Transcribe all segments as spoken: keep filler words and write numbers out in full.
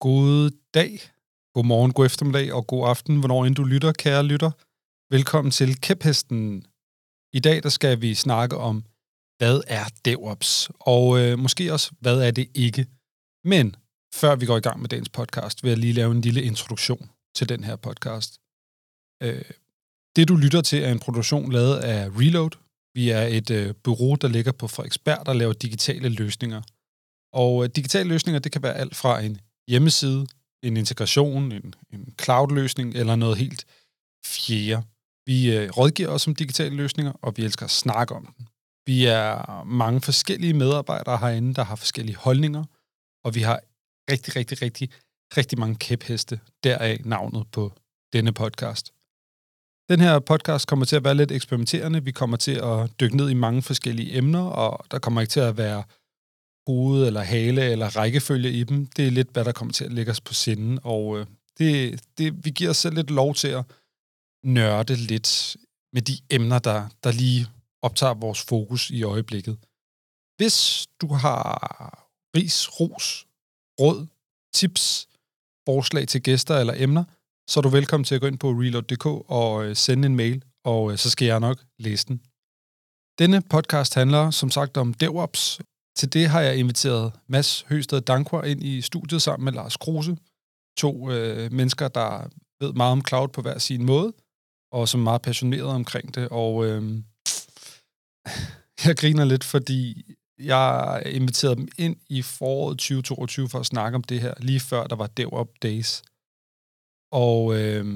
God dag, god morgen, god eftermiddag og god aften, hvornår end du lytter, kære lytter. Velkommen til Kæphesten. I dag der skal vi snakke om, hvad er DevOps, og øh, måske også, hvad er det ikke. Men før vi går i gang med dagens podcast, vil jeg lige lave en lille introduktion til den her podcast. Øh, det du lytter til er en produktion lavet af Reload. Vi er et øh, bureau, der ligger på Frederiksberg, der laver digitale løsninger. Og øh, digitale løsninger, det kan være alt fra en hjemmeside, en integration, en, en cloud-løsning eller noget helt fjerde. Vi øh, rådgiver os om digitale løsninger, og vi elsker at snakke om dem. Vi er mange forskellige medarbejdere herinde, der har forskellige holdninger, og vi har rigtig, rigtig, rigtig, rigtig mange kæpheste, deraf navnet på denne podcast. Den her podcast kommer til at være lidt eksperimenterende. Vi kommer til at dykke ned i mange forskellige emner, og der kommer ikke til at være hoved eller hale eller rækkefølge i dem. Det er lidt, hvad der kommer til at lægge os på sinden, og øh, det, det, vi giver os selv lidt lov til at nørde lidt med de emner, der, der lige optager vores fokus i øjeblikket. Hvis du har ris, ros, råd, tips, forslag til gæster eller emner, så er du velkommen til at gå ind på reload punktum d k og øh, sende en mail, og øh, så skal jeg nok læse den. Denne podcast handler som sagt om DevOps. Til det har jeg inviteret Mads Høsted Dankwa ind i studiet sammen med Lars Kruse. To øh, mennesker, der ved meget om cloud på hver sin måde, og som er meget passionerede omkring det. Og øh, jeg griner lidt, fordi jeg inviterede dem ind i foråret tyve toogtyve for at snakke om det her, lige før der var DevOps Days. Og øh,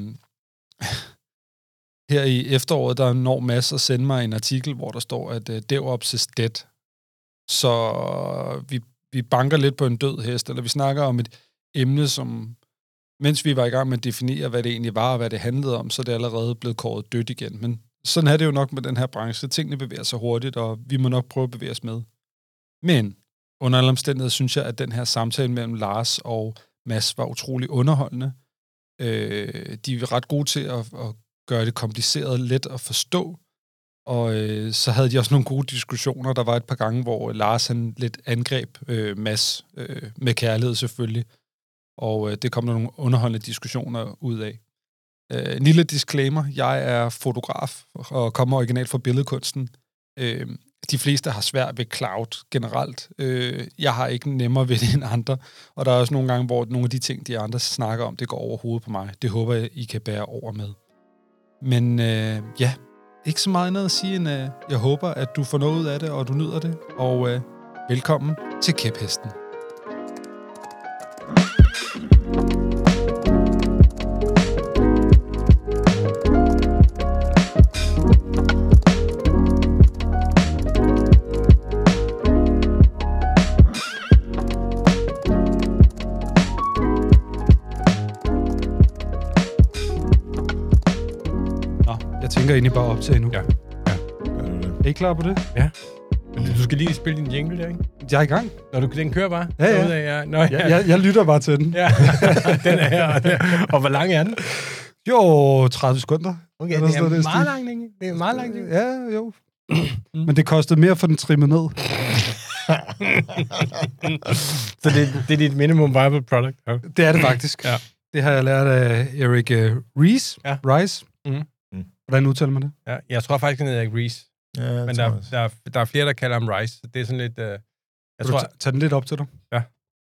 her i efteråret, der når Mads at sende mig en artikel, hvor der står, at uh, DevOps is dead. Så vi, vi banker lidt på en død hest, eller vi snakker om et emne, som, mens vi var i gang med at definere, hvad det egentlig var, og hvad det handlede om, så er det allerede blevet kåret dødt igen. Men sådan er det jo nok med den her branche. Tingene bevæger sig hurtigt, og vi må nok prøve at bevæge os med. Men under alle omstændigheder synes jeg, at den her samtale mellem Lars og Mads var utrolig underholdende. Øh, de er ret gode til at, at gøre det kompliceret let at forstå, og øh, så havde de også nogle gode diskussioner. Der var et par gange, hvor Lars han lidt angreb øh, Mads, øh, med kærlighed selvfølgelig, og øh, det kom der nogle underholdende diskussioner ud af. Øh, en lille disclaimer, jeg er fotograf og kommer originalt fra billedkunsten. Øh, de fleste har svært ved cloud generelt. Øh, jeg har ikke nemmere ved det end andre, og der er også nogle gange, hvor nogle af de ting, de andre snakker om, det går over hovedet på mig. Det håber jeg, I kan bære over med. Men øh, ja, ikke så meget andet at sige, end øh, jeg håber, at du får noget ud af det, og du nyder det. Og øh, velkommen til Kæphesten. Jeg tænker egentlig bare op til endnu. Ja. Ja. Er I klar på det? Ja. Du skal lige spille din jingle der, ikke? Jeg er i gang. Når du, den kører bare? Ja, ja. Af, ja. Nå, ja. Jeg, jeg, jeg lytter bare til den. Ja, den er her. Og hvor lang er den? Jo, tredive sekunder. Okay, det er, det er meget langt, ikke? Det er meget langt, ikke? Ja, jo. Men det kostede mere for den trimmet ned. Så det, det er dit minimum viable product? Okay. Det er det faktisk. Ja. Det har jeg lært af Eric uh, Ries. Ja. Rice. Mm. Hvordan udtaler man det? Ja, jeg tror faktisk, han hedder ikke Ries. Ja, men der, der, der er flere, der kalder ham Rice. Så det er sådan lidt... Uh, jeg Vil tror, du t- tage den lidt op til dig? Ja.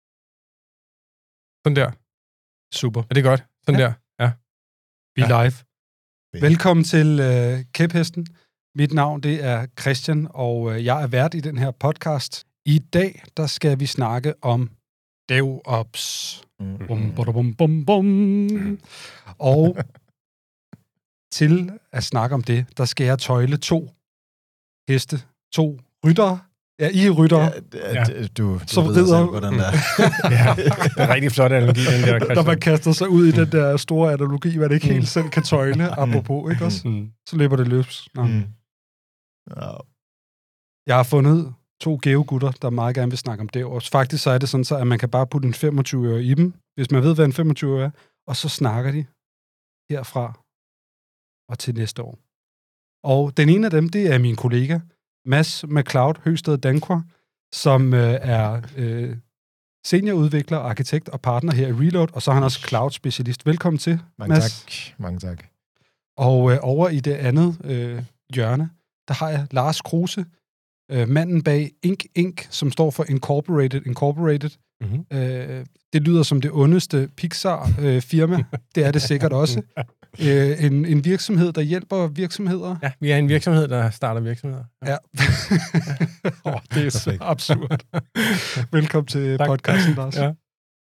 Sådan der. Super. Er det godt? Sådan ja. Der. Ja. Be ja. live. Velkommen til uh, Kæphesten. Mit navn, det er Christian, og uh, jeg er vært i den her podcast. I dag, der skal vi snakke om DevOps. Mm-hmm. Bum, bum, bum, bum. Og til at snakke om det, der skal jeg tøjle to heste, to ryttere. Ja, I er ryttere. Ja, ja. Du, du som ved rider. selv, hvordan det er. Ja, det er rigtig flot analogi, den der, Christian. Når man kaster sig ud i den der store analogi, hvad det ikke helt selv kan tøjle, apropos, ikke også? Mm. Så løber det løbs. Mm. Ja. Jeg har fundet to geogutter, der meget gerne vil snakke om DevOps. Faktisk så er det sådan, så, at man kan bare putte en femogtyve øre i dem, hvis man ved, hvad en femogtyve øre er, og så snakker de herfra og til næste år. Og den ene af dem, det er min kollega, Mads McCloud Høsted Dankwa, som øh, er øh, seniorudvikler, arkitekt og partner her i Reload, og så er han også cloud-specialist. Velkommen til, Mange Mads. tak. Mange tak. Og øh, over i det andet øh, hjørne, der har jeg Lars Kruse, øh, manden bag Ink Inc, som står for Incorporated Incorporated. Mm-hmm. Øh, det lyder som det ondeste Pixar-firma. Øh, det er det sikkert også. Øh, en, en virksomhed, der hjælper virksomheder. Ja, vi er en virksomhed, der starter virksomheder. Ja. oh, det er så absurd. Velkommen til tak. Podcasten, Lars. Ja.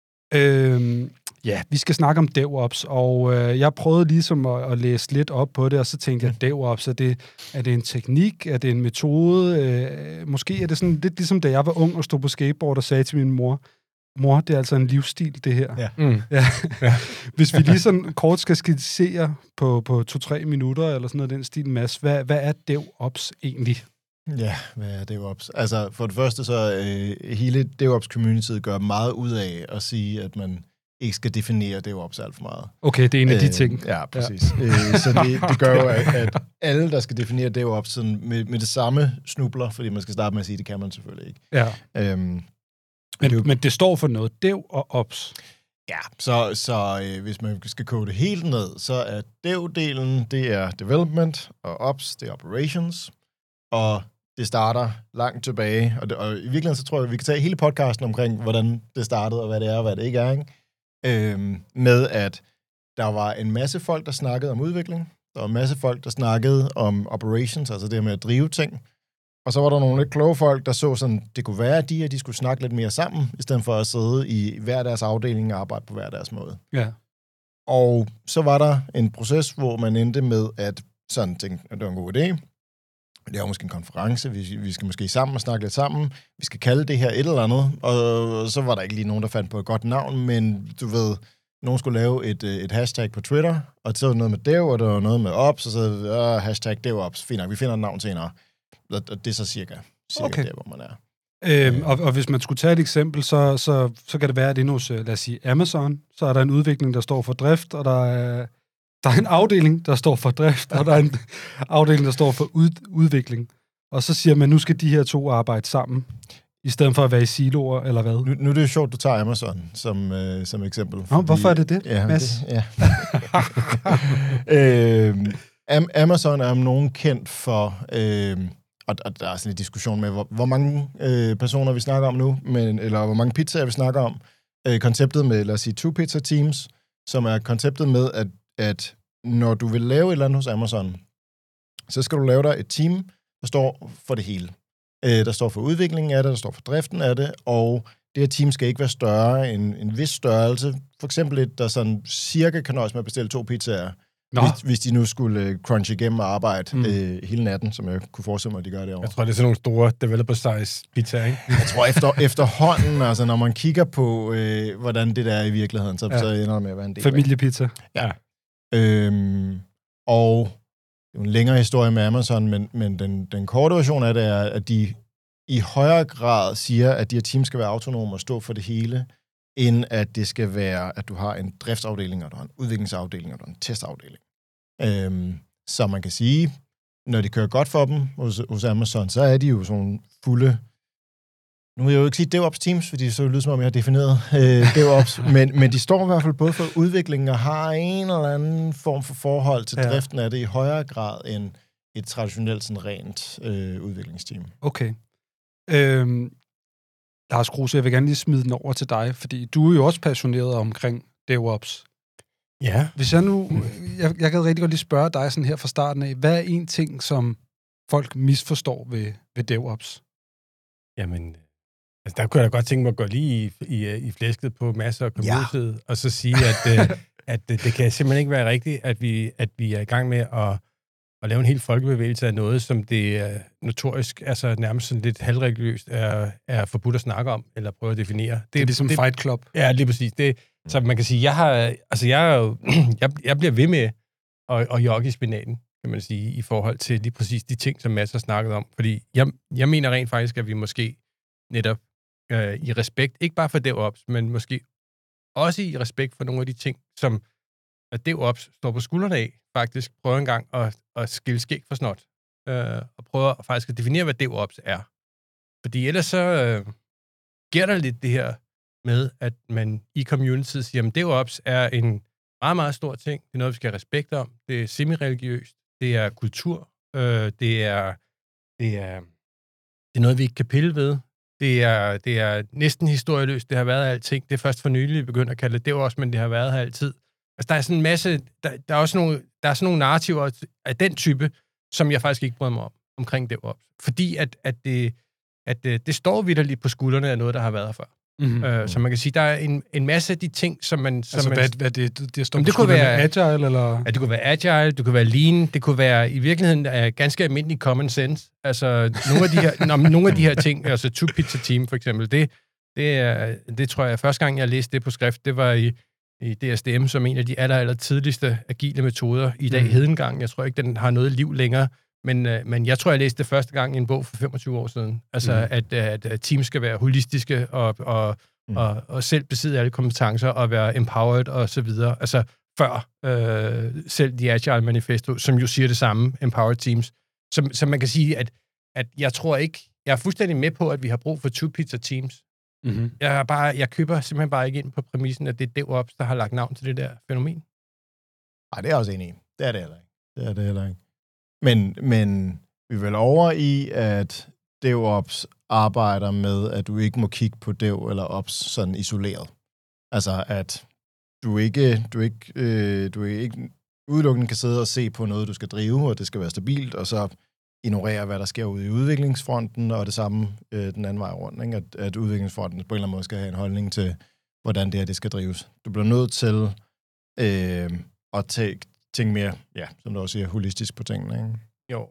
Øhm, ja, vi skal snakke om DevOps, og øh, jeg prøvede ligesom at, at læse lidt op på det, og så tænkte jeg, DevOps, er det, er det en teknik? Er det en metode? Øh, måske er det sådan lidt ligesom, da jeg var ung og stod på skateboard og sagde til min mor, mor, det er altså en livsstil, det her. Ja. Mm. Ja. Ja. Hvis vi lige sådan kort skal skitsere på, på to-tre minutter, eller sådan noget den stil, Mads, hvad, hvad er DevOps egentlig? Ja, hvad er DevOps? Altså, for det første så, øh, hele DevOps-communityet gør meget ud af at sige, at man ikke skal definere DevOps alt for meget. Okay, det er en af de øh, ting. Ja, præcis. Ja. Øh, så det, det gør jo, at, at alle, der skal definere DevOps sådan med, med det samme snubler, fordi man skal starte med at sige, det kan man selvfølgelig ikke. Ja. Øhm, Men, det, men det står for noget. Dev og ops. Ja, så, så øh, hvis man skal kode det helt ned, så er dev-delen, det er development, og ops, det er operations. Og det starter langt tilbage. Og, det, og i virkeligheden, så tror jeg, vi kan tage hele podcasten omkring, hvordan det startede, og hvad det er, og hvad det ikke er. Ikke? Øhm, med at der var en masse folk, der snakkede om udvikling. Der var en masse folk, der snakkede om operations, altså det med at drive ting. Og så var der nogle lidt kloge folk, der så sådan, det kunne være, at de, at de skulle snakke lidt mere sammen, i stedet for at sidde i hver deres afdeling og arbejde på hver deres måde. Ja. Og så var der en proces, hvor man endte med at sådan tænke, at det var en god idé. Det er måske en konference, vi, vi skal måske sammen og snakke lidt sammen. Vi skal kalde det her et eller andet. Og så var der ikke lige nogen, der fandt på et godt navn, men du ved, nogen skulle lave et, et hashtag på Twitter, og så var noget med dev, og der var noget med ops, og så øh, hashtag devops. Fint nok, vi finder et navn senere. Og det er så cirka, cirka okay. Der, hvor man er. Øhm, og, og hvis man skulle tage et eksempel, så, så, så kan det være, at inde hos, lad os sige, Amazon, så er der en udvikling, der står for drift, og der er, der er en afdeling, der står for drift, og der er en afdeling, der står for ud, udvikling. Og så siger man, nu skal de her to arbejde sammen, i stedet for at være i siloer, eller hvad? Nu, nu er det jo sjovt, du tager Amazon som, øh, som eksempel. Nå, fordi, hvorfor er det det, ja, Mads? Det, ja. øh, Amazon er om nogen kendt for... Øh, Og, og der er sådan en diskussion med, hvor, hvor mange øh, personer vi snakker om nu, men, eller hvor mange pizzaer vi snakker om. Øh, konceptet med, lad os sige, two pizza teams, som er konceptet med, at, at når du vil lave et eller andet hos Amazon, så skal du lave dig et team, der står for det hele. Øh, der står for udviklingen af det, der står for driften af det, og det her team skal ikke være større end en vis størrelse. For eksempel et, der sådan cirka kan nøjes med at bestille to pizzaer, Hvis, hvis de nu skulle crunche igennem og arbejde mm. øh, hele natten, som jeg kunne forestille mig, at de gør derovre. Jeg tror, det er sådan nogle store developer-size pizzaer, ikke? Jeg tror, efter, efterhånden, altså når man kigger på, øh, hvordan det der er i virkeligheden, så, ja. så ender det med at være en del familiepizza. Ja. Øhm, og det er en længere historie med Amazon, men, men den, den korte version af det er, at de i højere grad siger, at de her teams skal være autonome og stå for det hele, end at det skal være, at du har en driftsafdeling, og du har en udviklingsafdeling, og du har en testafdeling. Øhm, så man kan sige, når det kører godt for dem hos, hos Amazon, så er de jo sådan fulde... Nu vil jeg jo ikke sige DevOps teams, fordi så lyder som om, jeg har defineret øh, DevOps, men, men de står i hvert fald både for udviklingen og har en eller anden form for forhold til ja. driften af det i højere grad end et traditionelt sådan rent øh, udviklingsteam. Okay. Øhm, Lars Kruse, jeg vil gerne lige smide den over til dig, fordi du er jo også passioneret omkring DevOps. Ja. Hvis jeg nu... Jeg, jeg kan rigtig godt lige spørge dig sådan her fra starten af, hvad er en ting, som folk misforstår ved, ved DevOps? Jamen, altså der kunne jeg da godt tænke mig at gå lige i, i, i flæsket på masser af communityet, ja. og så sige, at, at det kan simpelthen ikke være rigtigt, at vi, at vi er i gang med at, at lave en hel folkebevægelse af noget, som det er notorisk, altså nærmest sådan lidt halvreligiøst, er, er forbudt at snakke om, eller prøve at definere. Det, det er ligesom det, Fight Club. Ja, lige præcis. Det, så man kan sige, jeg har, altså jeg, er jo, jeg, jeg bliver ved med at, at jogge i spinaten, kan man sige, i forhold til lige præcis de ting, som Mads har snakket om. Fordi jeg, jeg mener rent faktisk, at vi måske netop øh, i respekt, ikke bare for DevOps, men måske også i respekt for nogle af de ting, som at DevOps står på skuldrene af, faktisk prøver en gang at, at skille skæg for snot, øh, og prøver faktisk at definere, hvad DevOps er. Fordi ellers så øh, sker der lidt det her med, at man i communityet siger, at DevOps er en meget, meget stor ting. Det er noget, vi skal have respekt om. Det er semi-religiøst. Det er kultur. Øh, det, er, det, er, det er noget, vi ikke kan pille ved. Det er, det er næsten historieløst. Det har været alting. Det er først for nylig, vi begynder at kalde det DevOps, men det har været her altid. Altså, der er sådan en masse... Der, der, er også nogle, der er sådan nogle narrativer af den type, som jeg faktisk ikke bryder mig om, omkring DevOps. Fordi at, at, det, at det, det står vitterligt på skuldrene af noget, der har været her før. Mm-hmm. Øh, så man kan sige, der er en, en masse af de ting, som man... Som altså, man, hvad, hvad det, det står det på kunne være agile, eller? Ja, det kunne være agile, det kunne være lean, det kunne være i virkeligheden uh, ganske almindelig common sense. Altså, nogle af de her, nå, nogle af de her ting, altså two-pizza-team for eksempel, det, det, er, det tror jeg, første gang jeg læste det på skrift, det var i, i D S D M som en af de aller, aller tidligste agile metoder. I dag mm. hedengang, jeg tror ikke, den har noget liv længere, men, uh, men jeg tror, jeg læste det første gang i en bog for femogtyve år siden. Altså, mm. at, at, at teams skal være holistiske og... og Mm. Og, og selv besidde alle kompetencer og være empowered og så videre. Altså før øh, selv de Agile Manifesto, som jo siger det samme, empowered teams. Så, så man kan sige, at, at jeg tror ikke, jeg er fuldstændig med på, at vi har brug for two-pizza teams. Mm-hmm. Jeg, er bare, jeg køber simpelthen bare ikke ind på præmissen, at det er DevOps, der har lagt navn til det der fænomen. Nej, det er jeg også enig i. Det er det heller ikke. Det er det heller ikke. Men, men vi er vel over i, at DevOps arbejder med, at du ikke må kigge på Dev eller Ops sådan isoleret. Altså, at du ikke, du ikke, øh, du ikke udelukkende kan sidde og se på noget, du skal drive, og det skal være stabilt, og så ignorere, hvad der sker ude i udviklingsfronten, og det samme øh, den anden vej rundt. Ikke? At, at udviklingsfronten på en eller anden måde skal have en holdning til, hvordan det her det skal drives. Du bliver nødt til øh, at tænke, tænke mere, ja, som du også siger, holistisk på tingene. Ikke? Jo.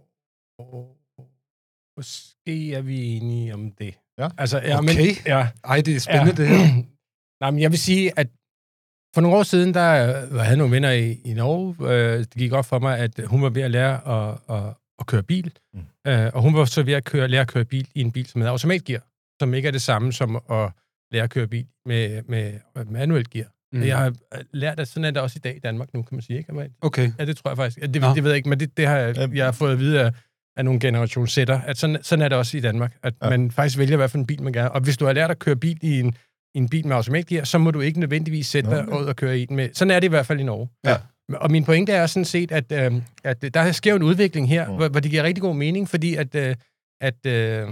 Måske er vi enige om det. Ja. Altså, ja, okay. Men, ja. Ej, det er spændende, ja. det her. Nej, men jeg vil sige, at for nogle år siden, der jeg havde nogle venner i, i Norge. Øh, det gik op for mig, at hun var ved at lære at, at, at køre bil. Mm. Øh, og hun var så ved at køre, lære at køre bil i en bil, som hedder automatgear, som ikke er det samme som at lære at køre bil med, med manuelt gear. Mm. Jeg har lært, at sådan er det også i dag i Danmark nu, kan man sige, ikke? Okay. Ja, det tror jeg faktisk. Det, det, det ved jeg ikke, men det, det har jeg, jeg har fået at vide af, af nogle generation Z'er, at sådan, sådan er det også i Danmark, at ja. Man faktisk vælger, hvad for en bil man gerne. Og hvis du har lært at køre bil i en, i en bil med automatgear, så må du ikke nødvendigvis sætte dig ud og køre i den med. Sådan er det i hvert fald i Norge. Ja. Og min pointe er sådan set, at, øh, at der sker en udvikling her, mm. hvor, hvor det giver rigtig god mening, fordi at, øh, at, øh,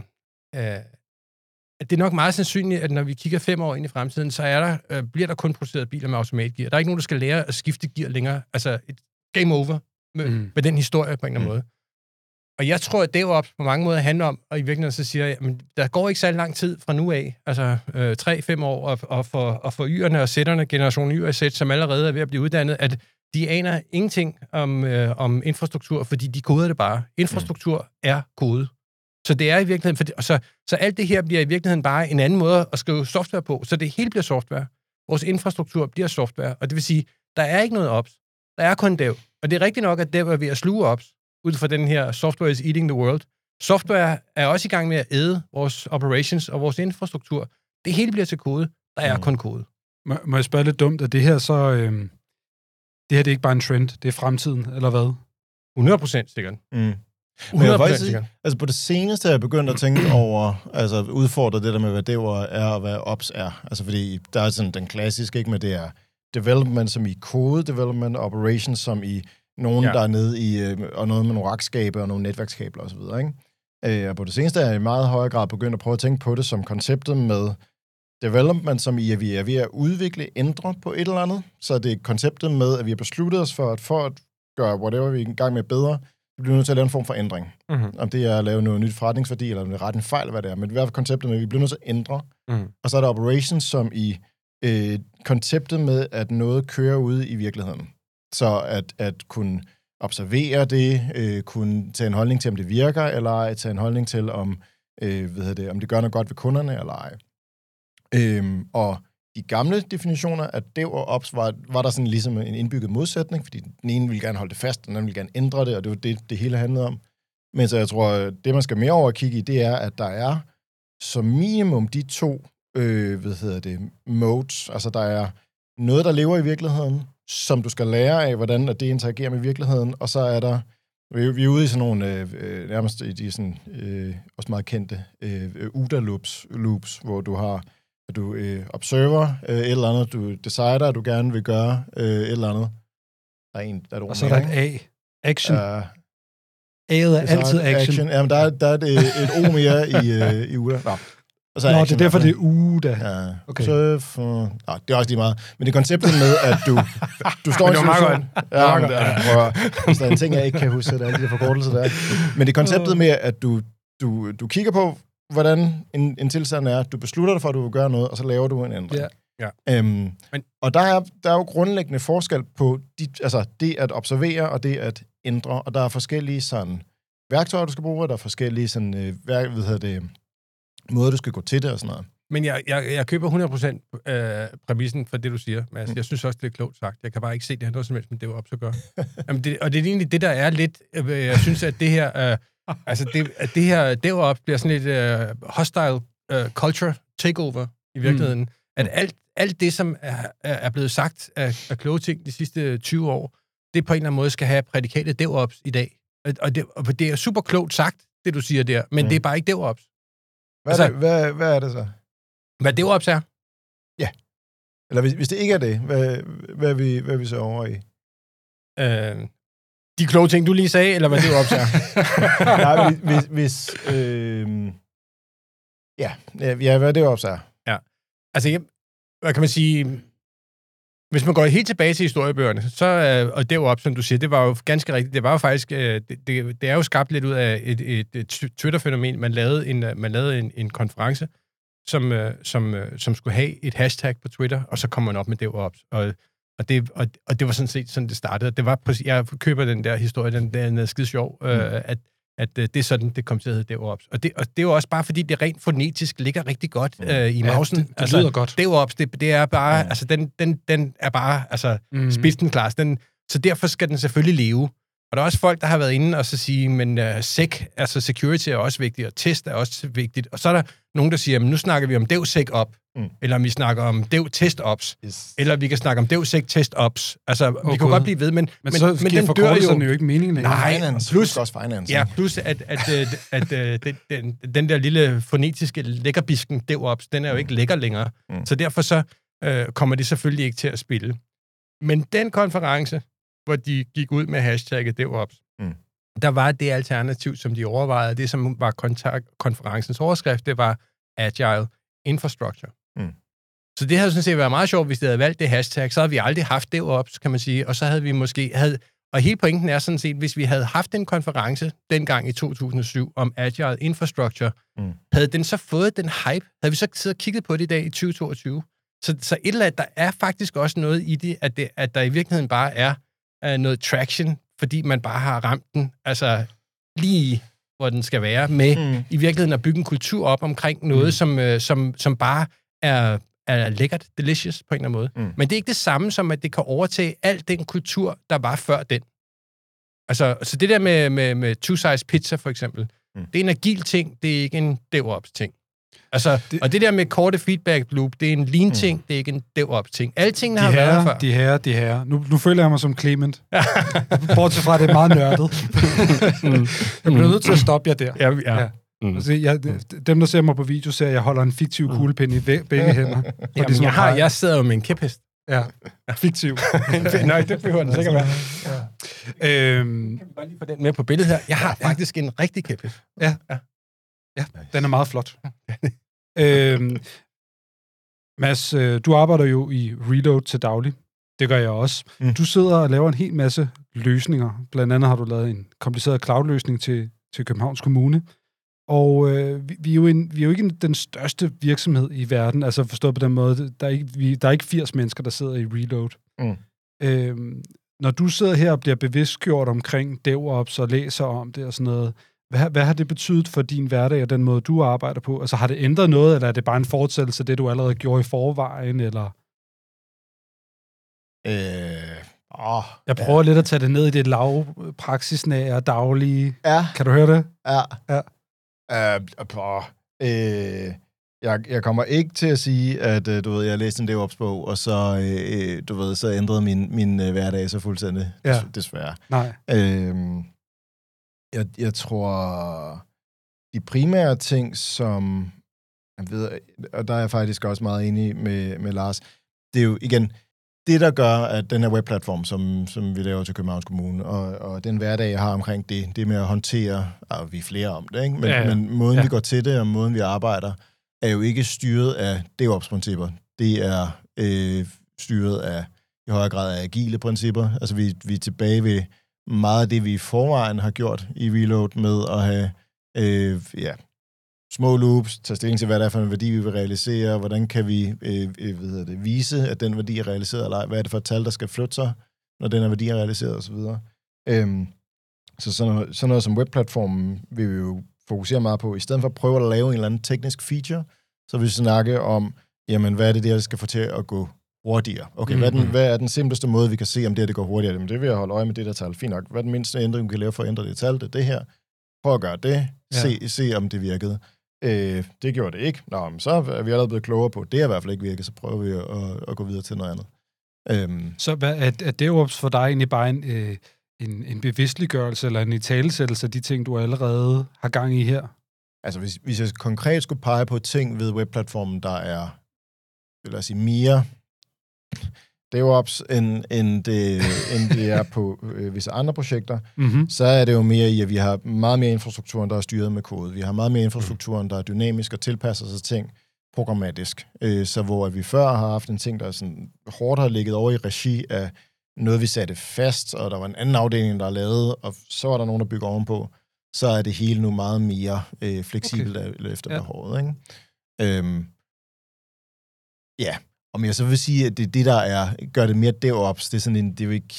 at det er nok meget sandsynligt, at når vi kigger fem år ind i fremtiden, så er der, øh, bliver der kun produceret biler med automatgear. Der er ikke nogen, der skal lære at skifte gear længere. Altså, et game over med, mm. med den historie på en eller anden mm. måde. Og jeg tror, at DevOps på mange måder handler om, og i virkeligheden så siger jeg, at der går ikke så lang tid fra nu af, altså øh, tre-fem år, og, og for, og for Y'erne og Z'erne, generation Y og Z, som allerede er ved at blive uddannet, at de aner ingenting om, øh, om infrastruktur, fordi de koder det bare. Infrastruktur mm. er kode. Så det er i virkeligheden, for, så, så alt det her bliver i virkeligheden bare en anden måde at skrive software på, så det hele bliver software. Vores infrastruktur bliver software, og det vil sige, der er ikke noget ops. Der er kun dev. Og det er rigtigt nok, at dev er ved at sluge ops, ud fra den her software is eating the world. Software er også i gang med at æde vores operations og vores infrastruktur. Det hele bliver til kode. Der er mm. kun kode. Må, må jeg spørge lidt dumt, at det her så... Øh, det her det er ikke bare en trend, det er fremtiden, eller hvad? hundrede procent sikkert. Mm. Men jeg faktisk sige, altså på det seneste er jeg begyndt at tænke over, altså udfordre det der med, hvad dev er og hvad ops er. Altså fordi der er sådan den klassiske, ikke, med det er development som i code development, operations som i nogen, ja. Der er nede i, øh, og noget med nogle rakskaber og nogle netværkskabler osv., ikke? Øh, og på det seneste er jeg i meget højere grad begyndt at prøve at tænke på det som konceptet med development, som i, at vi er ved at udvikle, ændre på et eller andet. Så det er konceptet med, at vi har besluttet os for, at for at gøre whatever vi er i gang med bedre, vi bliver nødt til at lave en form for ændring. Mm-hmm. Om det er at lave noget nyt forretningsværdi, eller om det er ret en fejl, hvad det er. Men i hvert fald konceptet med, at vi bliver nødt til at ændre. Mm. Og så er der operations, som i øh, konceptet med, at noget kører ude i virkeligheden. Så at, at kunne observere det, øh, kunne tage en holdning til, om det virker, eller ej, tage en holdning til, om, øh, hvad hedder det, om det gør noget godt ved kunderne, eller ej. Øhm, og de gamle definitioner af dev og ops var, var der sådan ligesom en indbygget modsætning, fordi den ene ville gerne holde det fast, og den anden ville gerne ændre det, og det var det, det hele handlede om. Men så jeg tror, det man skal mere over at kigge i, det er, at der er som minimum de to, øh, hvad hedder det, modes, altså der er noget, der lever i virkeligheden, som du skal lære af, hvordan det interagerer med virkeligheden, og så er der, vi er ude i sådan nogle, øh, nærmest i de sådan, øh, også meget kendte, øh, U D A loops, loops, hvor du har at du øh, observer øh, et eller andet, du decider, at du gerne vil gøre øh, et eller andet. Der er en, der er et og så er der et A. Action. Uh, A'et er altid action. action. Jamen, der er, der er et, et O mere i, øh, i uger. Nå, og så Nå action, det er derfor, det er uge, da. Ja, okay. Så for, nå, det er også lige meget. Men det er konceptet med, at du, du står i en situation... Ja, men, ja, prøv, hvis der er en ting, jeg ikke kan huske, så det er alle de der forkortelser der. Men det er konceptet med, at du, du, du kigger på, hvordan en, en tilstand er. Du beslutter dig for, at du vil gøre noget, og så laver du en ændring. Ja. Ja. Øhm, Men, og der er, der er jo grundlæggende forskel på de, altså det at observere og det at ændre, og der er forskellige sådan, værktøjer, du skal bruge, og der er forskellige sådan, øh, hvad hedder det, måder, du skal gå til det og sådan noget. Men jeg, jeg, jeg køber hundrede procent øh, præmissen for det, du siger, Mads. Mm. Jeg synes også, det er klogt sagt. Jeg kan bare ikke se, det har noget som helst med det, op at gøre. Jamen det, og det er egentlig det, der er lidt... Øh, jeg synes, at det her... Øh, altså, det, at det her deroppe bliver sådan lidt øh, hostile øh, culture takeover i virkeligheden. Mm. At alt, alt det, som er, er blevet sagt af, af kloge ting de sidste tyve år, det på en eller anden måde skal have prædikatet DevOps i dag. Og det, og det er super klogt sagt, det du siger der, men mm. det er bare ikke DevOps. Hvad er, altså, det, hvad, hvad er det så? Hvad DevOps er? Ja. Eller hvis, hvis det ikke er det, hvad, hvad, er, vi, hvad er vi så over i? Øh, de kloge ting, du lige sagde, eller hvad DevOps er? Nej, hvis... hvis øh, ja, ja, hvad DevOps er. Ja. Altså, hvad kan man sige... Hvis man går helt tilbage til historiebøgerne, så og DevOps, som du siger, det var jo ganske rigtigt. Det var jo faktisk, det, det, det er jo skabt lidt ud af et, et, et Twitter-fænomen. Man lavede en, man lavede en, en konference, som, som, som skulle have et hashtag på Twitter, og så kom man op med DevOps. Og, og, det, og, og det var sådan set sådan, det startede. Det var præcis, jeg køber den der historie, den der er skide sjov, mm. øh, at, at det er sådan, det kom til at hedde DevOps. Og det, og det er jo også bare, fordi det rent fonetisk ligger rigtig godt mm. øh, i ja, mausen. Det, det altså, lyder godt. DevOps, det, det er bare, mm. altså den, den, den er bare, altså mm. spidsenklasse. Den, så derfor skal den selvfølgelig leve. Og der er også folk, der har været inde og så sige, men uh, sec, altså security er også vigtigt, og test er også vigtigt. Og så er der nogen, der siger, men nu snakker vi om DevSecOps, mm. eller vi snakker om DevTestOps, yes. eller vi kan snakke om DevSecTestOps. Altså, okay. vi kan godt blive ved, men, men, men, så men den dør jo. jo ikke meningen. Nej, finance, plus, også finance. Ja, plus at, at, at, at, at den, den, den der lille fonetiske lækkerbisken DevOps, den er jo ikke lækker længere. Mm. Så derfor så øh, kommer det selvfølgelig ikke til at spille. Men den konference, hvor de gik ud med hashtagget DevOps, mm. der var det alternativ, som de overvejede. Det, som var kontakt- konferencens overskrift, det var Agile Infrastructure. Mm. Så det havde sådan set været meget sjovt, hvis de havde valgt det hashtag. Så havde vi aldrig haft DevOps, kan man sige. Og så havde vi måske... Havde, og hele pointen er sådan set, hvis vi havde haft en konference dengang i to tusind og syv om Agile Infrastructure, mm. havde den så fået den hype? Havde vi så siddet og kigget på det i dag i tyve toogtyve? Så, så et eller andet, der er faktisk også noget i det, at, det, at der i virkeligheden bare er uh, noget traction, fordi man bare har ramt den, altså lige hvor den skal være, med mm. i virkeligheden at bygge en kultur op omkring noget, mm. som, uh, som, som bare er, er lækkert, delicious på en eller anden måde. Mm. Men det er ikke det samme som, at det kan overtage al den kultur, der var før den. Altså, så det der med, med, med two-size pizza, for eksempel, mm. det er en agil ting, det er ikke en DevOps-ting. Altså, det, og det der med korte feedback loop, det er en lean-ting, mm. det er ikke en DevOps-ting. Alle tingene de har herre, været før. De her, de her. Nu, nu føler jeg mig som Clement. Bortset fra, det er meget nørdet. mm. Jeg bliver nødt til at stoppe jer der. Ja, ja. ja. Mm. Altså, jeg, dem, der ser mig på video, ser, at jeg holder en fiktiv kuglepind i begge hænder. Jamen, jeg, har, jeg sidder jo med en kæphest. Ja, fiktiv. Nej, det behøver den sikkert være. Ja. Øhm, kan vi godt lige få den med på billedet her? Jeg har ja. faktisk en rigtig kæphest. Ja. ja. Ja, den er meget flot. øhm, Mads, du arbejder jo i Reload til daglig. Det gør jeg også. Mm. Du sidder og laver en hel masse løsninger. Blandt andet har du lavet en kompliceret cloud-løsning til, til Københavns Kommune. Og øh, vi, vi, er jo en, vi er jo ikke den største virksomhed i verden, altså forstået på den måde. Der er ikke, vi, der er ikke firs mennesker, der sidder i Reload. Mm. Øhm, når du sidder her og bliver bevidstgjort omkring DevOps og læser om det og sådan noget, Hvad, hvad har det betydet for din hverdag og den måde, du arbejder på? Altså, har det ændret noget, eller er det bare en fortsættelse af det, du allerede gjorde i forvejen, eller? Øh, åh, jeg prøver ja. lidt at tage det ned i det lav, praksisnære, daglige. Ja. Kan du høre det? Ja. Ja. Øh, øh, jeg, jeg kommer ikke til at sige, at du ved, jeg læste en DevOps-bog, og så, øh, du ved, så ændrede min, min øh, hverdag så fuldstændig, ja. desværre. Nej. Øh, Jeg, jeg tror, de primære ting, som Jeg ved, og der er jeg faktisk også meget enig med, med Lars. Det er jo igen det, der gør, at den her webplatform, som, som vi laver til Københavns Kommune, og, og den hverdag, jeg har omkring det, det med at håndtere, og vi er flere om det, ikke? Men, ja, ja. men måden, ja. vi går til det, og måden, vi arbejder, er jo ikke styret af DevOps-principper. Det er øh, styret af, i højere grad af agile principper. Altså, vi, vi er tilbage ved meget af det, vi i forvejen har gjort i Reload med at have øh, ja, små loops, tage stilling til, hvad det er for en værdi, vi vil realisere, hvordan kan vi øh, øh, hvad hedder det, vise, at den værdi er realiseret, eller hvad er det for et tal, der skal flytte sig, når den her værdi er realiseret, osv. Øhm, så sådan noget, sådan noget som webplatformen vil vi jo fokusere meget på, i stedet for at prøve at lave en eller anden teknisk feature, så vil vi snakke om, jamen, hvad er det, der skal få til at gå hurtigere? Okay, mm-hmm. hvad, er den, hvad er den simpleste måde, vi kan se, om det her det går hurtigere? Jamen, det vil jeg holde øje med det der tal. Fint nok. Hvad er den mindste ændring, vi kan lave for at ændre det tal? Det er det her. Prøv at gøre det. Se, ja. se om det virkede. Øh, det gjorde det ikke. Nå, men så er vi allerede blevet klogere på, det har i hvert fald ikke virket, så prøver vi at, at gå videre til noget andet. Øhm. Så hvad, er, er DevOps for dig egentlig bare en, øh, en, en bevidstliggørelse eller en italesættelse af de ting, du allerede har gang i her? Altså, hvis, hvis jeg konkret skulle pege på ting ved webplatformen, der er, vil jeg sige, mere DevOps, end, end, det, end det er på øh, visse andre projekter, mm-hmm. så er det jo mere i, at vi har meget mere infrastrukturen, der er styret med kode. Vi har meget mere infrastrukturen, der er dynamisk og tilpasser sig ting programmatisk. Øh, så hvor vi før har haft en ting, der sådan hårdt har ligget over i regi af noget, vi satte fast, og der var en anden afdeling, der lavede, og så var der nogen, der bygger ovenpå, så er det hele nu meget mere øh, fleksibelt okay. efter ja. behovet. Ikke? Øhm, ja, om jeg så vil sige, at det, det der er, gør det mere DevOps, det er sådan en, det er jo ikke,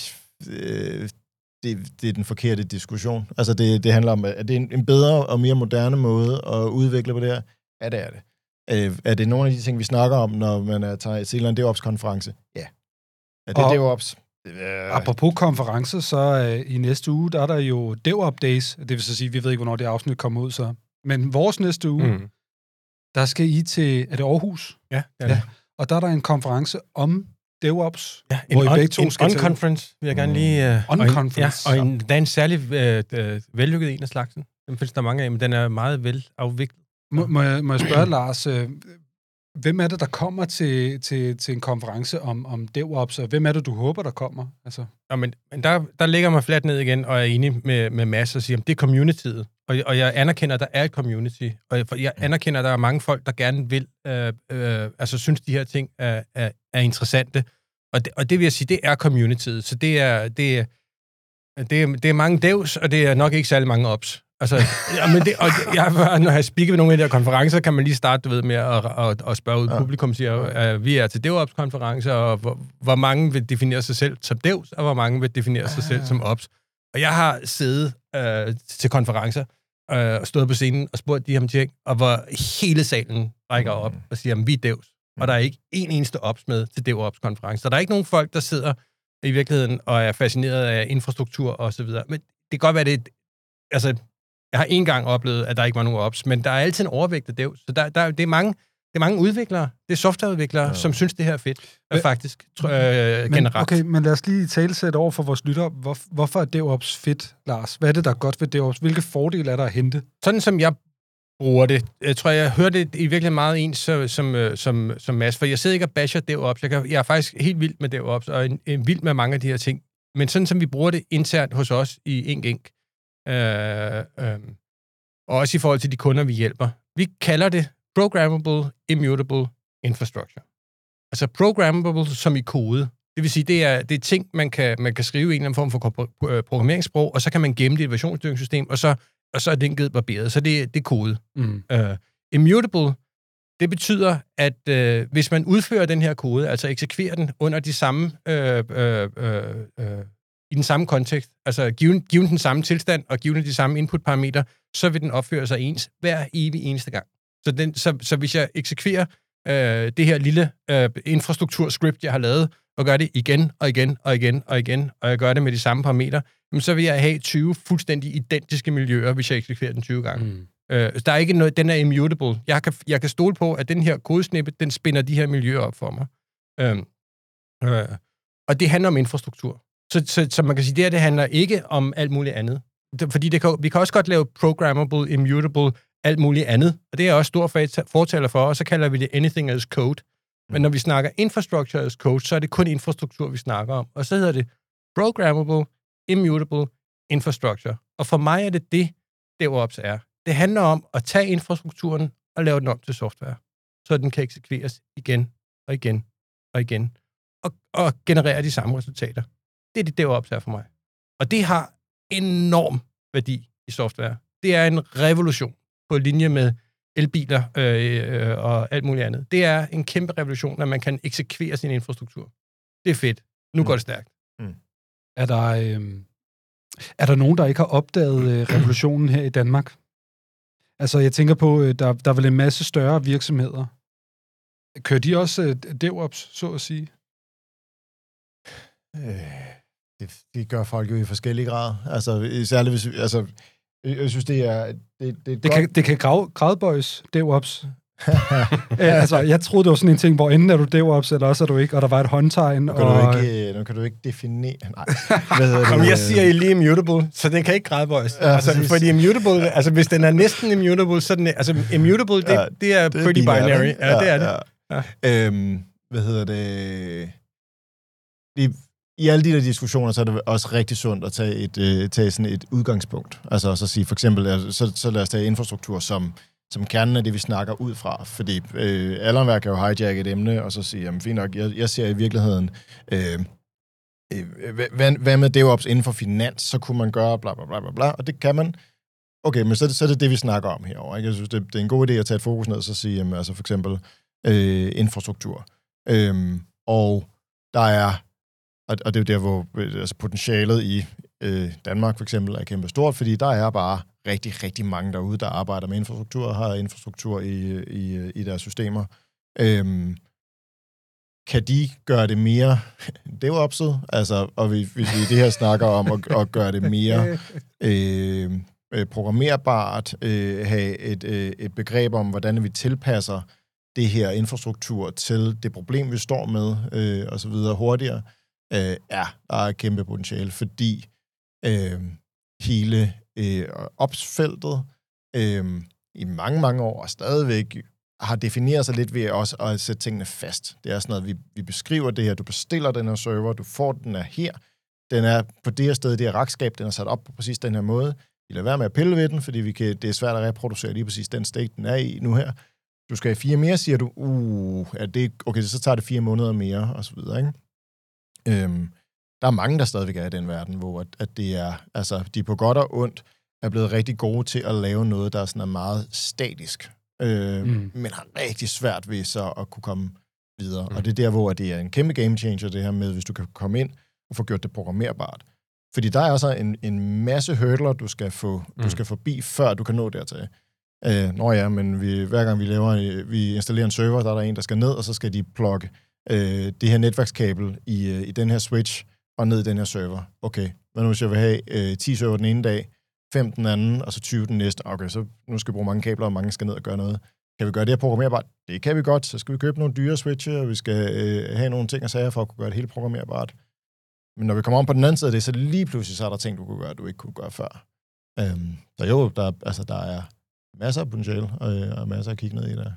øh, det, det er den forkerte diskussion. Altså det, det handler om, at det er en, en bedre og mere moderne måde at udvikle på det her. Ja, det er det. Øh, er det nogle af de ting, vi snakker om, når man er til en eller anden DevOps-konference? Ja. Er det og DevOps? Øh. Apropos konferencer, så øh, i næste uge, der er der jo DevOps Days. Det vil så sige, vi ved ikke, hvornår det afsnit kommer ud, så. Men vores næste uge, mm. der skal I til, er det Aarhus? Ja, det er det. Ja. Og der er der en konference om DevOps, ja, en hvor I begge to en skal on-conference, vil jeg gerne lige... Uh, on-conference. Og, en, ja, og en, der er en særlig uh, uh, vellykket en af slagsen. Den findes der mange af, men den er meget velafviklet. Må, må, jeg, må jeg spørge, Lars, øh, hvem er det, der kommer til, til, til en konference om, om DevOps, og hvem er det, du håber, der kommer? Altså. Ja, men, men der, der ligger mig fladt ned igen, og er enig med, med Mads og siger, det er communityet. Og, og jeg anerkender, at der er et community. Og jeg, jeg anerkender, at der er mange folk, der gerne vil, øh, øh, altså synes, de her ting er, er, er interessante. Og det, og det vil jeg sige, det er communityet. Så det er, det er, det er, det er mange devs, og det er nok ikke særlig mange ops. Altså, ja, men det, og jeg, når jeg speaker ved nogle af de her konferencer, kan man lige starte, du ved, med at, at, at spørge ud. Ja. Publikum siger, at vi er til DevOps-konferencer, og hvor, hvor mange vil definere sig selv som devs, og hvor mange vil definere sig selv som ops. Og jeg har siddet øh, til konferencer, øh, og stået på scenen og spurgt de her ting, og hvor hele salen rækker op og siger, at vi er devs. Og der er ikke en eneste ops med til DevOps-konferencer. Så der er ikke nogen folk, der sidder i virkeligheden og er fascineret af infrastruktur og så videre. Men det kan godt være, det altså, jeg har en gang oplevet, at der ikke var nogen ops, men der er altid en overvægt af devs. Så der, der, det, er mange, det er mange udviklere, det er softwareudviklere, ja. som synes, det her er fedt, men, faktisk, øh, men, generelt. Okay, men lad os lige talesætte over for vores lyttere. Hvor, hvorfor er DevOps fedt, Lars? Hvad er det, der er godt ved DevOps? Hvilke fordele er der at hente? Sådan som jeg bruger det, jeg tror, jeg hørte det i virkelig meget ens som, som, som, som Mads, for jeg sidder ikke og basher DevOps. Jeg, kan, jeg er faktisk helt vild med DevOps, og en, en vild med mange af de her ting. Men sådan som vi bruger det internt hos os i Ink Inc., øh, øh, og også i forhold til de kunder, vi hjælper. Vi kalder det Programmable Immutable Infrastructure. Altså programmable som i kode. Det vil sige, det er, det er ting, man kan, man kan skrive i en eller anden form for programmeringssprog, og så kan man gemme det i et versionsstyringssystem, og så, og så er den givet barberet. Så det, det er kode. Mm. Uh, immutable, det betyder, at uh, hvis man udfører den her kode, altså eksekverer den under de samme uh, uh, uh, uh, i den samme kontekst, altså given, given den samme tilstand og given de samme inputparametre, så vil den opføre sig ens hver evig eneste gang. Så, den, så, så hvis jeg eksekverer øh, det her lille øh, infrastrukturscript, jeg har lavet, og gør det igen og igen og igen og igen, og jeg gør det med de samme parametre, så vil jeg have tyve fuldstændig identiske miljøer, hvis jeg eksekverer den tyve gange. Mm. Øh, der er ikke noget, den er immutable. Jeg kan, jeg kan stole på, at den her kodesnippet, den spinder de her miljøer op for mig. Øh, øh, og det handler om infrastruktur. Så, så, så man kan sige, det her, det handler ikke om alt muligt andet. Fordi det kan, vi kan også godt lave programmable, immutable alt muligt andet. Og det er jeg også stor fortaler for, og så kalder vi det anything as code. Men når vi snakker infrastructure as code, så er det kun infrastruktur, vi snakker om. Og så hedder det programmable, immutable infrastructure. Og for mig er det det, DevOps er. Det handler om at tage infrastrukturen og lave den om til software, så den kan eksekveres igen og igen og igen, og, og generere de samme resultater. Det er det, DevOps er for mig. Og det har enorm værdi i software. Det er en revolution på linje med elbiler øh, øh, og alt muligt andet. Det er en kæmpe revolution, at man kan eksekvere sin infrastruktur. Det er fedt. Nu mm. går det stærkt. Mm. Er der, øh, er der nogen, der ikke har opdaget øh, revolutionen her i Danmark? Altså, jeg tænker på, øh, der, der er vel en masse større virksomheder. Kører de også øh, DevOps, så at sige? Øh, det, det gør folk jo i forskellige grader. Altså, særligt hvis... Altså, jeg synes, det er... Det, det, er det, kan, det kan grav, gradbøjes, DevOps. ja, altså, jeg troede, det var sådan en ting, hvor enten er du DevOps, eller også er du ikke, og der var et håndtegn. Nu kan, og... du, ikke, nu kan du ikke definere... Nej. Hvad Jamen, jeg siger, I lige immutable, så den kan ikke gradbøjes. Ja, altså, fordi immutable, altså hvis den er næsten immutable, så den er, altså immutable, det, ja, det er det pretty er binary. binary. Ja, ja, det er det. Ja. Ja. Øhm, hvad hedder det... det I alle de der diskussioner, så er det også rigtig sundt at tage, et, øh, tage sådan et udgangspunkt. Altså så sige, for eksempel, altså, så, så lad os tage infrastruktur som, som kernen af det, vi snakker ud fra. Fordi øh, Allenberg kan jo hijacke et emne, og så sige, jamen fint nok, jeg, jeg ser i virkeligheden, øh, øh, hvad, hvad med DevOps inden for finans, så kunne man gøre bla bla bla bla bla, og det kan man. Okay, men så, så er det det, vi snakker om herovre. Ikke? Jeg synes, det, det er en god idé at tage et fokus ned, og så sige, jamen, altså for eksempel øh, infrastruktur. Øh, og der er Og det er der, hvor altså potentialet i øh, Danmark for eksempel er kæmpe stort, fordi der er bare rigtig, rigtig mange derude, der arbejder med infrastruktur og har infrastruktur i, i, i deres systemer. Øhm, kan de gøre det mere DevOpset? Altså, og hvis vi i det her snakker om at, at gøre det mere øh, programmerbart, øh, have et, øh, et begreb om, hvordan vi tilpasser det her infrastruktur til det problem, vi står med, øh, og så videre hurtigere, Øh, ja, der er et kæmpe potentiale, fordi øh, hele øh, opsfeltet øh, i mange, mange år og stadigvæk har defineret sig lidt ved også at sætte tingene fast. Det er sådan noget, vi, vi beskriver det her, du bestiller den her server, du får den er her, den er på det her sted, det her rakskab, den er sat op på præcis den her måde. Vi lader være med at pille ved den, fordi vi kan, det er svært at reproducere lige præcis den state, den er i nu her. Du skal have fire mere, siger du, uh, er det, okay, så tager det fire måneder mere, og så videre, ikke? Øhm, der er mange, der stadigvæk er i den verden, hvor at, at det er, altså, de på godt og ondt er blevet rigtig gode til at lave noget, der er sådan er meget statisk, øh, mm. men har rigtig svært ved så at kunne komme videre. Mm. Og det er der, hvor det er en kæmpe game changer, det her med, hvis du kan komme ind og få gjort det programmerbart. Fordi der er altså en, en masse hurdler, du skal få, mm. du skal forbi, før du kan nå dertil. Øh, nå ja, men vi, hver gang vi laver, vi installerer en server, der er der en, der skal ned, og så skal de plukke øh, det her netværkskabel i, øh, i den her switch, og ned i den her server. Okay, men nu hvis jeg vil have øh, ti server den ene dag, fem den anden, og så tyve den næste. Okay, så nu skal vi bruge mange kabler, og mange skal ned og gøre noget. Kan vi gøre det her programmerbart? Det kan vi godt. Så skal vi købe nogle dyre switcher, og vi skal øh, have nogle ting og sager for at kunne gøre det hele programmerbart. Men når vi kommer om på den anden side af det, så lige pludselig så er der ting, du kunne gøre, du ikke kunne gøre før. Øhm, så jo, der, altså, der er masser af potentiale, og, og masser at kigge ned i der.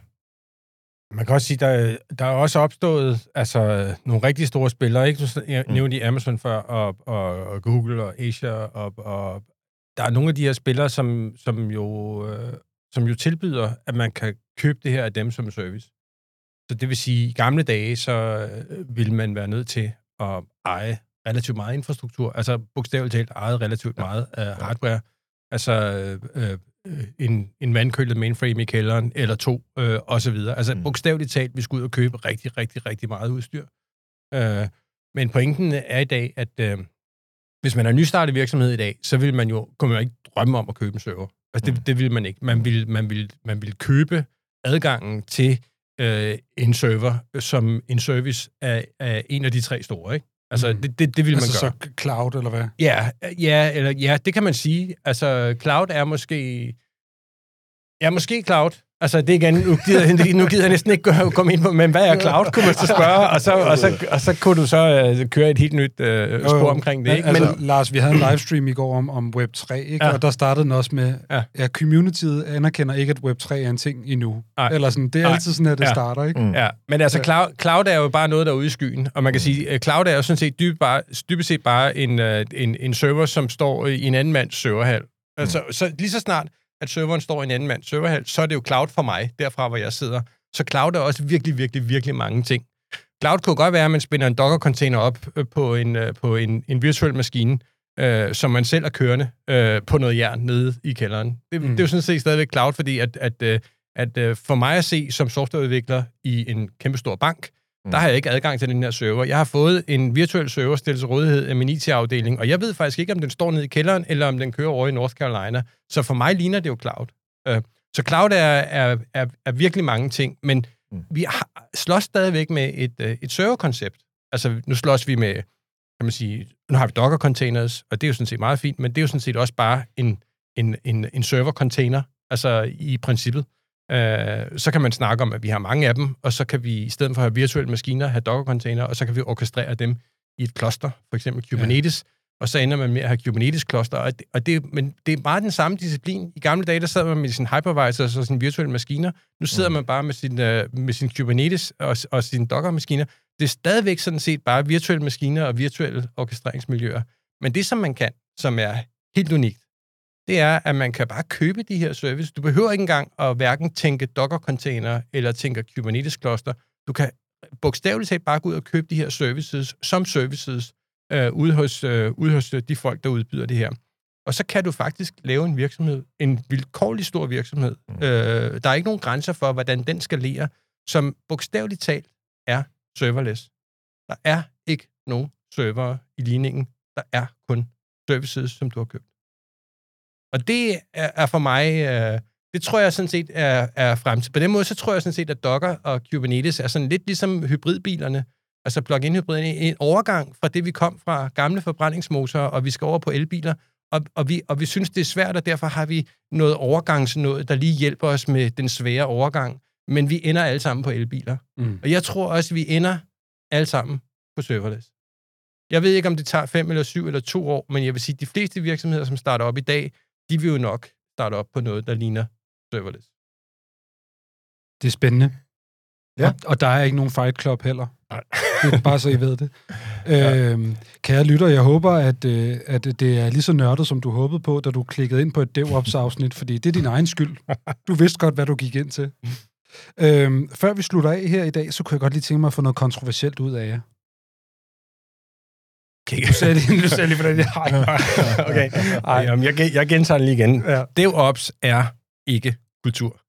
Man kan også sige, der, der er også opstået altså, nogle rigtig store spillere, ikke? Du nævnte mm. Amazon før, og, og, og Google og Asia, og, og der er nogle af de her spillere, som, som, jo, øh, som jo tilbyder, at man kan købe det her af dem som service. Så det vil sige, at i gamle dage, så øh, ville man være nødt til at eje relativt meget infrastruktur, altså bogstaveligt talt ejet relativt ja. meget af uh, hardware, altså øh, øh, en, en vandkølet mainframe i kælderen, eller to, øh, og så videre. Altså mm. bogstaveligt talt, vi skulle ud og købe rigtig, rigtig, rigtig meget udstyr. Øh, men pointen er i dag, at øh, hvis man er nystartet virksomhed i dag, så vil man jo, kunne man jo ikke drømme om at købe en server. Altså det, mm. det vil man ikke. Man vil, man, vil, man vil købe adgangen til øh, en server som en service af, af en af de tre store, ikke? Altså, mm. det, det, det vil man altså gøre. Altså så cloud, eller hvad? Ja, ja, eller, ja, det kan man sige. Altså, cloud er måske... Ja, måske cloud. Altså, det igen, nu gider, nu gider jeg næsten ikke komme ind på, men hvad er cloud, kunne man så spørge, og så, og så, og så kunne du så uh, køre et helt nyt uh, spor jo, jo. omkring det, ikke? Men, altså, Lars, vi havde en livestream i går om, om Web tre, ikke? Ja. Og der startede den også med, ja, ja communityet anerkender ikke, at Web tre er en ting endnu. Ej. Eller sådan, det er Ej. altid sådan, at det ja. starter, ikke? Mm. Ja, men altså, cloud, cloud er jo bare noget, der er ude i skyen, og man kan sige, uh, cloud er jo sådan set dybt bare, dybest set bare en, uh, en, en server, som står i en anden mands serverhal. Altså, mm. så lige så snart at serveren står i en anden mands serverhal, så er det jo cloud for mig, derfra hvor jeg sidder. Så cloud er også virkelig, virkelig, virkelig mange ting. Cloud kunne godt være, at man spænder en Docker-container op på en, på en, en virtuel maskine, øh, som man selv er kørende øh, på noget jern nede i kælderen. Det, mm. det er jo sådan set stadigvæk cloud, fordi at, at, at, at for mig at se som softwareudvikler i en kæmpestor bank, mm. der har jeg ikke adgang til den her server. Jeg har fået en virtuel server stillet til rådighed af min I T-afdeling, og jeg ved faktisk ikke, om den står nede i kælderen, eller om den kører over i North Carolina. Så for mig ligner det jo cloud. Så cloud er, er, er, er virkelig mange ting, men mm. vi har, slås stadigvæk med et, et serverkoncept. Altså, nu slås vi med, kan man sige, nu har vi Docker-containers, og det er jo sådan set meget fint, men det er jo sådan set også bare en, en, en, en server-container, altså i princippet. Uh, så kan man snakke om, at vi har mange af dem, og så kan vi, i stedet for at have virtuelle maskiner, have Docker-container, og så kan vi orkestrere dem i et cluster, for eksempel Kubernetes, ja. Og så ender man med at have Kubernetes-cluster, og det, og det, men det er meget den samme disciplin. I gamle dage, der sad man med sin hypervisors og sine virtuelle maskiner. Nu sidder mm. man bare med sin, uh, med sin Kubernetes og, og sine Docker-maskiner. Det er stadigvæk sådan set bare virtuelle maskiner og virtuelle orkestreringsmiljøer. Men det, som man kan, som er helt unikt, det er, at man kan bare købe de her services. Du behøver ikke engang at hverken tænke Docker-container eller tænke Kubernetes-cluster. Du kan bogstaveligt talt bare gå ud og købe de her services som services øh, ude, hos, øh, ude hos de folk, der udbyder det her. Og så kan du faktisk lave en virksomhed, en vilkårlig stor virksomhed. Mm. Øh, der er ikke nogen grænser for, hvordan den skalerer, som bogstaveligt talt er serverless. Der er ikke nogen server i ligningen. Der er kun services, som du har købt. Og det er, er for mig, øh, det tror jeg sådan set er, er fremtid. På den måde, så tror jeg sådan set, at Docker og Kubernetes er sådan lidt ligesom hybridbilerne, altså plug-in hybriderne, en overgang fra det, vi kom fra gamle forbrændingsmotorer, og vi skal over på elbiler, og, og, vi, og vi synes, det er svært, og derfor har vi noget overgangsnået, der lige hjælper os med den svære overgang, men vi ender alle sammen på elbiler. Mm. Og jeg tror også, vi ender alle sammen på serverless. Jeg ved ikke, om det tager fem eller syv eller to år, men jeg vil sige, at de fleste virksomheder, som starter op i dag, de vil jo nok starte op på noget, der ligner serverless. Det er spændende. Ja. Og, og der er ikke nogen Fight Club heller. Nej. Det er bare så I ved det. Ja. Øhm, kære lytter, jeg håber, at, øh, at det er lige så nørdet, som du håbede på, da du klikkede ind på et DevOps-afsnit, fordi det er din egen skyld. Du vidste godt, hvad du gik ind til. øhm, før vi slutter af her i dag, så kunne jeg godt lige tænke mig at få noget kontroversielt ud af jer. Okay. Du sagde lige, du sagde lige hvordan jeg har. Okay. Ej, jamen, jeg, jeg gentager den lige igen. Ja. DevOps er ikke kultur.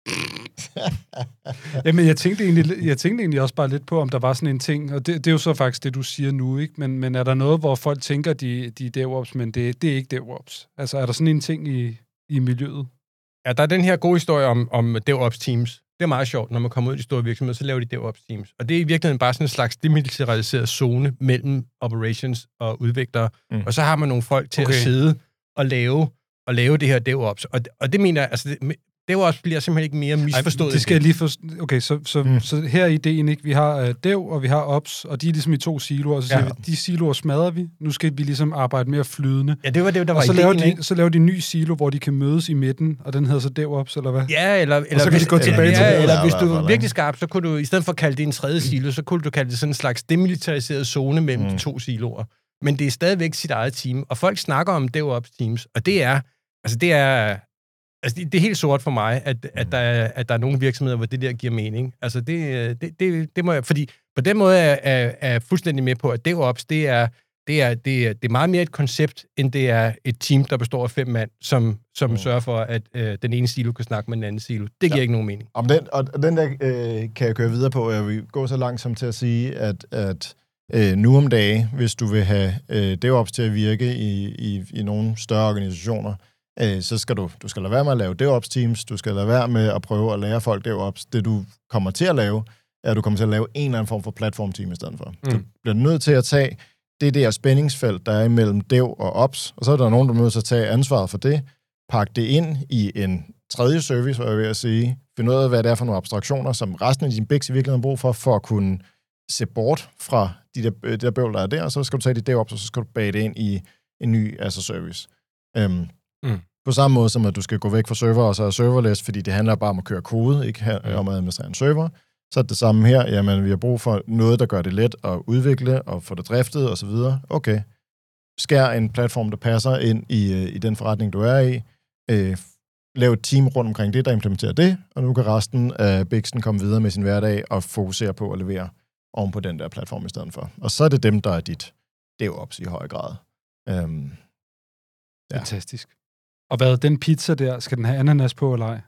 Jamen, jeg tænkte, egentlig, jeg tænkte egentlig også bare lidt på, om der var sådan en ting, og det, det er jo så faktisk det, du siger nu, ikke? Men, men er der noget, hvor folk tænker, de, de er DevOps, men det, det er ikke DevOps? Altså, er der sådan en ting i, i miljøet? Ja, der er den her gode historie om, om DevOps-teams. Det er meget sjovt, når man kommer ud i de store virksomheder, så laver de DevOps-teams. Og det er i virkeligheden bare sådan en slags demilitariseret zone mellem operations og udviklere. Mm. Og så har man nogle folk til okay. at sidde og lave, og lave det her DevOps. Og, og det mener jeg, altså det, DevOps bliver simpelthen ikke mere misforstået. Ej, det skal jeg lige forstå. Okay, så, så, mm. så her er ideen, ikke? Vi har uh, Dev, og vi har Ops, og de er ligesom i to siloer, og så siger ja. vi, de siloer smadrer vi. Nu skal vi ligesom arbejde mere flydende. Ja, det var det, der var og så ideen, laver de, så laver de en ny silo, hvor de kan mødes i midten, og den hedder så DevOps, eller hvad? Ja, eller... eller og så kan hvis, de gå tilbage ja, til det. Eller hvis du er virkelig skarp, så kunne du, i stedet for at kalde det en tredje silo, så kunne du kalde det sådan en slags demilitariseret zone mellem mm. de to siloer. Men det er stadigvæk sit eget team, og folk snakker om DevOps-teams, og det er... Altså, det er... Altså, det, det er helt sort for mig, at, at, der er, at der er nogle virksomheder, hvor det der giver mening. Altså, det, det, det, det må jeg... Fordi på den måde er, er, er jeg fuldstændig med på, at DevOps, det er, det, er, det, er, det er meget mere et koncept, end det er et team, der består af fem mand, som, som mm. sørger for, at øh, den ene silo kan snakke med den anden silo. Det giver ja. ikke nogen mening. Om den, og den der øh, kan jeg køre videre på. Jeg vil gå så langt som til at sige, at, at øh, nu om dagen, hvis du vil have øh, DevOps til at virke i, i, i nogle større organisationer, så skal du, du skal lade være med at lave DevOps-teams, du skal lade være med at prøve at lære folk DevOps. Det, du kommer til at lave, er, at du kommer til at lave en eller anden form for platform-team i stedet for. Mm. Du bliver nødt til at tage det der spændingsfelt, der er imellem Dev og Ops, og så er der nogen, der er nødt til at tage ansvaret for det, pakke det ind i en tredje service, var jeg ved at sige. Finde ud af, hvad det er for nogle abstraktioner, som resten af din bigs i virkeligheden har brug for, for at kunne se bort fra de der, de der bøvl, der er der, og så skal du tage dit DevOps, og så skal du bage det ind i en ny as a service. Um, mm. På samme måde som, at du skal gå væk fra server, og så er serverless, fordi det handler bare om at køre kode, ikke mm. om at administrere en server. Så er det samme her, jamen vi har brug for noget, der gør det let at udvikle, og få det driftet, og så videre. Okay. Skær en platform, der passer ind i, i den forretning, du er i. Øh, lav et team rundt omkring det, der implementerer det, og nu kan resten af Bixen komme videre med sin hverdag og fokusere på at levere oven på den der platform i stedet for. Og så er det dem, der er dit DevOps i høj grad. Um, ja. Fantastisk. Og hvad, den pizza der, skal den have ananas på eller ej?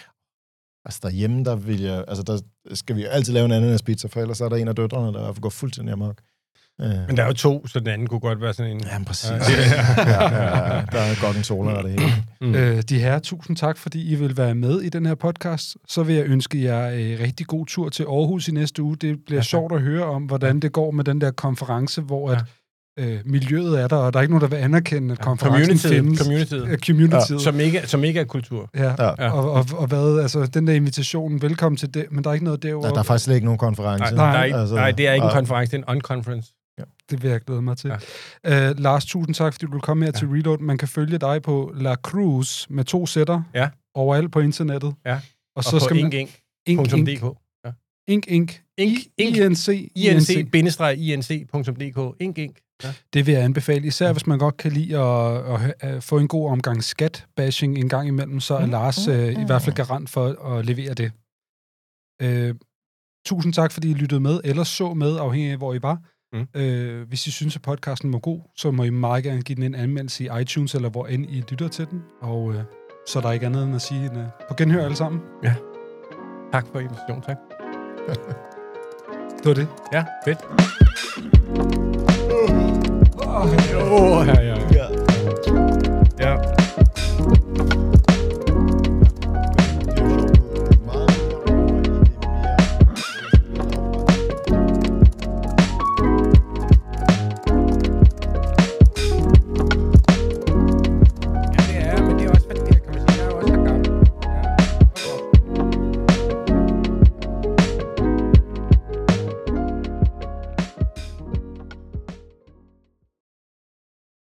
Altså derhjemme, der vil jeg, altså der skal vi altid lave en ananaspizza, for ellers er der en af døtrene, der går fuldstændig amok. Men der er jo to, så den anden kunne godt være sådan en... Ja, præcis. Ja, ja, ja, der er godt en soler og det hele. Mm. Øh, de her, tusind tak, fordi I vil være med i den her podcast. Så vil jeg ønske jer øh, rigtig god tur til Aarhus i næste uge. Det bliver ja, sjovt at høre om, hvordan det går med den der konference, hvor ja. at øh, miljøet er der, og der er ikke nogen, der vil anerkende, at ja. konferencen findes. Communityet. Uh, communityet. Ja. Som, ikke, som ikke er kultur. Ja, ja. Og, og, og hvad, altså den der invitation, velkommen til det, men der er ikke noget derovre. Nej, der er faktisk ikke nogen konference. Nej, nej, altså, nej det er ikke en konference, det er en unconference. Ja. Det vil jeg glæde mig til. Ja. Uh, Lars, tusind tak, fordi du vil komme her ja. til Reload. Man kan følge dig på La Cruz med to sætter ja. overalt på internettet. Ja. Og, og så og skal man... ink punktum d k. Ja. Ink, ink. Ink, ink. I N C. I N C, bindestreg, I N C punktum d k. Ink, ink. Ja. Det vil jeg anbefale, især ja. hvis man godt kan lide at, at, at få en god omgang skat-bashing en gang imellem, så er mm. Lars uh, i hvert fald garant for at levere det. Uh, tusind tak, fordi I lyttede med, eller så med, afhængig af, hvor I var. Mm. Øh, hvis I synes, at podcasten var god, så må I meget gerne give den en anmeldelse i iTunes, eller hvor end I lytter til den. Og øh, så er der ikke andet end at sige, end, uh, på genhør alle sammen. Ja. Tak for invitationen, tak. Det var det. Ja, fedt. Åh, oh, ja, ja.